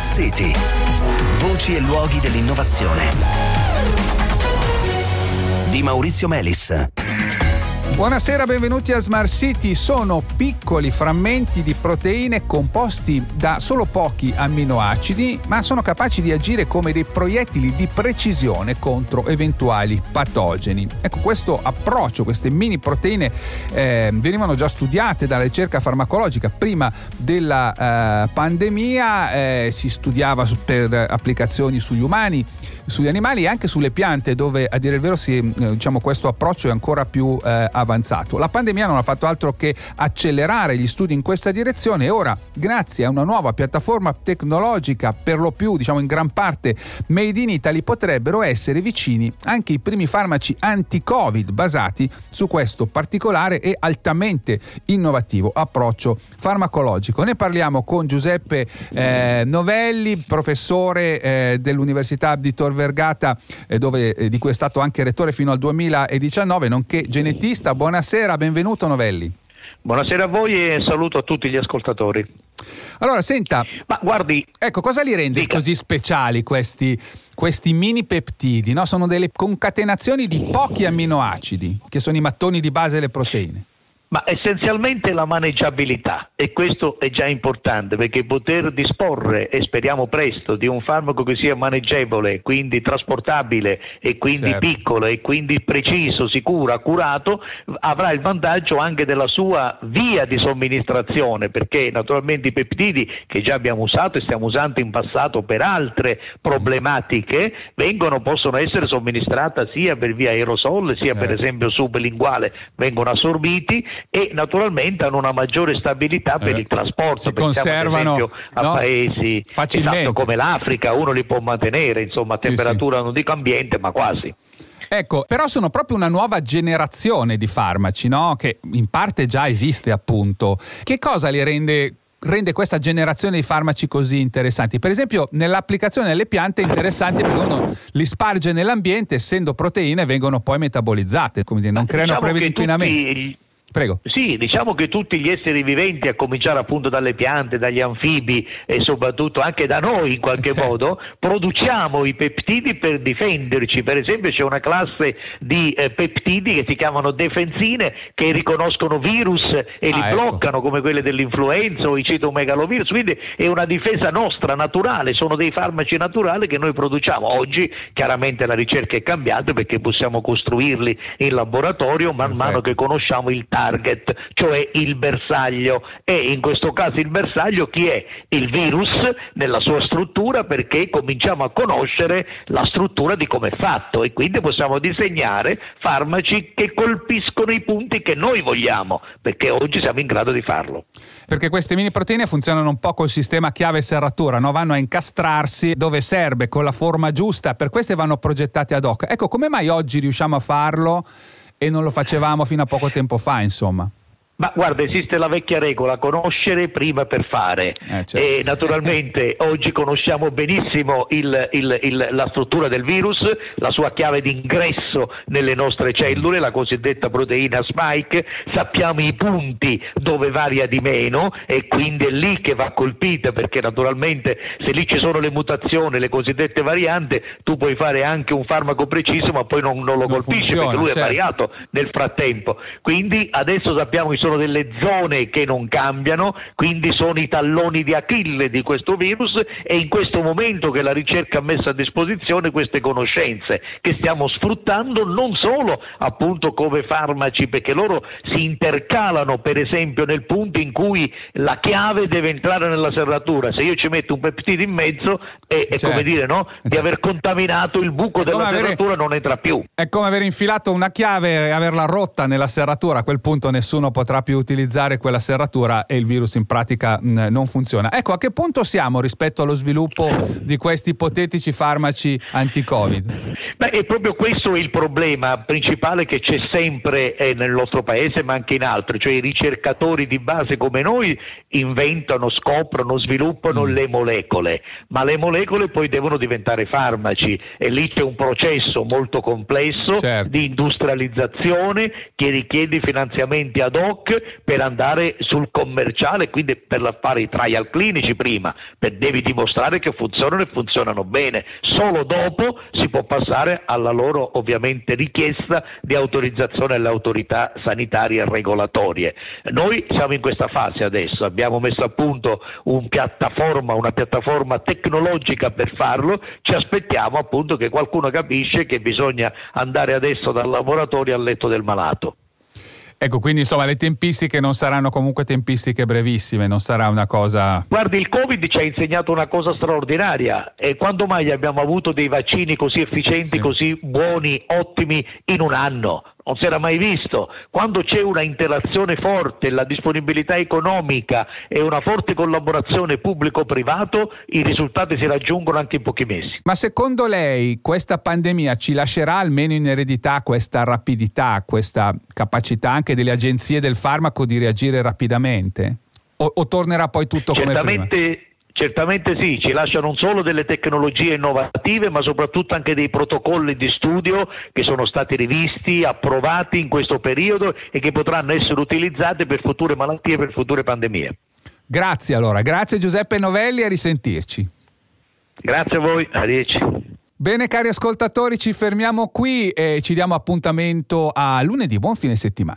Smart City. Voci e luoghi dell'innovazione. Di Maurizio Melis. Buonasera, benvenuti a Smart City. Sono piccoli frammenti di proteine composti da solo pochi amminoacidi, ma sono capaci di agire come dei proiettili di precisione contro eventuali patogeni. Ecco, questo approccio, queste mini proteine venivano già studiate dalla ricerca farmacologica prima della pandemia, si studiava per applicazioni sugli umani, sugli animali e anche sulle piante, dove a dire il vero questo approccio è ancora più avanzato. La pandemia non ha fatto altro che accelerare gli studi in questa direzione e ora, grazie a una nuova piattaforma tecnologica, per lo più in gran parte made in Italy, potrebbero essere vicini anche i primi farmaci anti-Covid basati su questo particolare e altamente innovativo approccio farmacologico. Ne parliamo con Giuseppe Novelli, professore dell'Università di Tor Vergata, di cui è stato anche rettore fino al 2019, nonché genetista. Buonasera, benvenuto Novelli. Buonasera a voi e saluto a tutti gli ascoltatori. Allora, senta, ma guardi, ecco, cosa li rende così speciali questi mini peptidi? No? Sono delle concatenazioni di pochi amminoacidi, che sono i mattoni di base delle proteine. Ma essenzialmente la maneggiabilità, e questo è già importante, perché poter disporre, e speriamo presto, di un farmaco che sia maneggevole, quindi trasportabile e quindi piccolo e quindi preciso, sicuro, accurato, avrà il vantaggio anche della sua via di somministrazione, perché naturalmente i peptidi che già abbiamo usato e stiamo usando in passato per altre problematiche possono essere somministrati sia per via aerosol sia per esempio sublinguale, vengono assorbiti e naturalmente hanno una maggiore stabilità per il trasporto. Si conservano, per esempio a paesi come l'Africa, uno li può mantenere a temperatura non dico ambiente ma quasi. Ecco, però sono proprio una nuova generazione di farmaci, no? Che in parte già esiste, appunto. Che cosa li rende questa generazione di farmaci così interessanti? Per esempio, nell'applicazione delle piante interessanti perché uno li sparge nell'ambiente, essendo proteine vengono poi metabolizzate, quindi non creano problemi di inquinamento. Prego. Sì, diciamo che tutti gli esseri viventi, a cominciare appunto dalle piante, dagli anfibi e soprattutto anche da noi in qualche modo, produciamo i peptidi per difenderci. Per esempio c'è una classe di peptidi che si chiamano defensine, che riconoscono virus e li bloccano, come quelle dell'influenza o i citomegalovirus, quindi è una difesa nostra, naturale, sono dei farmaci naturali che noi produciamo. Oggi chiaramente la ricerca è cambiata perché possiamo costruirli in laboratorio man mano che conosciamo il target, cioè il bersaglio, e in questo caso il bersaglio chi è? Il virus nella sua struttura, perché cominciamo a conoscere la struttura di come è fatto e quindi possiamo disegnare farmaci che colpiscono i punti che noi vogliamo, perché oggi siamo in grado di farlo. Perché queste mini proteine funzionano un po' col sistema chiave e serratura, no? Vanno a incastrarsi dove serve con la forma giusta, per queste vanno progettate ad hoc. Ecco, come mai oggi riusciamo a farlo e non lo facevamo fino a poco tempo fa, insomma? Ma guarda, esiste la vecchia regola, conoscere prima per fare, e naturalmente oggi conosciamo benissimo la struttura del virus, la sua chiave d'ingresso nelle nostre cellule, la cosiddetta proteina spike, sappiamo i punti dove varia di meno e quindi è lì che va colpita, perché naturalmente se lì ci sono le mutazioni, le cosiddette varianti, tu puoi fare anche un farmaco preciso ma poi non lo colpisce, perché lui è variato nel frattempo. Quindi adesso sappiamo che sono delle zone che non cambiano, quindi sono i talloni di Achille di questo virus, e in questo momento che la ricerca ha messo a disposizione queste conoscenze che stiamo sfruttando non solo appunto come farmaci, perché loro si intercalano per esempio nel punto in cui la chiave deve entrare nella serratura. Se io ci metto un peptide in mezzo è come dire, no? Di aver contaminato il buco della serratura, non entra più. È come aver infilato una chiave e averla rotta nella serratura, a quel punto nessuno potrà più utilizzare quella serratura e il virus in pratica non funziona. Ecco, a che punto siamo rispetto allo sviluppo di questi ipotetici farmaci anti-Covid? E proprio questo è il problema principale che c'è sempre nel nostro paese, ma anche in altri, cioè i ricercatori di base come noi inventano, scoprono, sviluppano le molecole, ma le molecole poi devono diventare farmaci e lì c'è un processo molto complesso di industrializzazione che richiede finanziamenti ad hoc per andare sul commerciale, quindi per fare i trial clinici prima, devi dimostrare che funzionano e funzionano bene, solo dopo si può passare alla loro ovviamente richiesta di autorizzazione alle autorità sanitarie e regolatorie. Noi siamo in questa fase adesso, abbiamo messo a punto una piattaforma tecnologica per farlo, ci aspettiamo appunto che qualcuno capisce che bisogna andare adesso dal laboratorio al letto del malato. Ecco, quindi insomma le tempistiche non saranno comunque tempistiche brevissime, non sarà una cosa... Guardi, il Covid ci ha insegnato una cosa straordinaria, e quando mai abbiamo avuto dei vaccini così efficienti, così buoni, ottimi in un anno? Non si era mai visto. Quando c'è una interazione forte, la disponibilità economica e una forte collaborazione pubblico-privato, i risultati si raggiungono anche in pochi mesi. Ma secondo lei questa pandemia ci lascerà almeno in eredità questa rapidità, questa capacità anche delle agenzie del farmaco di reagire rapidamente? O tornerà poi tutto come prima? Certamente sì, ci lascia non solo delle tecnologie innovative, ma soprattutto anche dei protocolli di studio che sono stati rivisti, approvati in questo periodo e che potranno essere utilizzati per future malattie, per future pandemie. Grazie allora, grazie Giuseppe Novelli, a risentirci. Grazie a voi, arrivederci. Bene cari ascoltatori, ci fermiamo qui e ci diamo appuntamento a lunedì, buon fine settimana.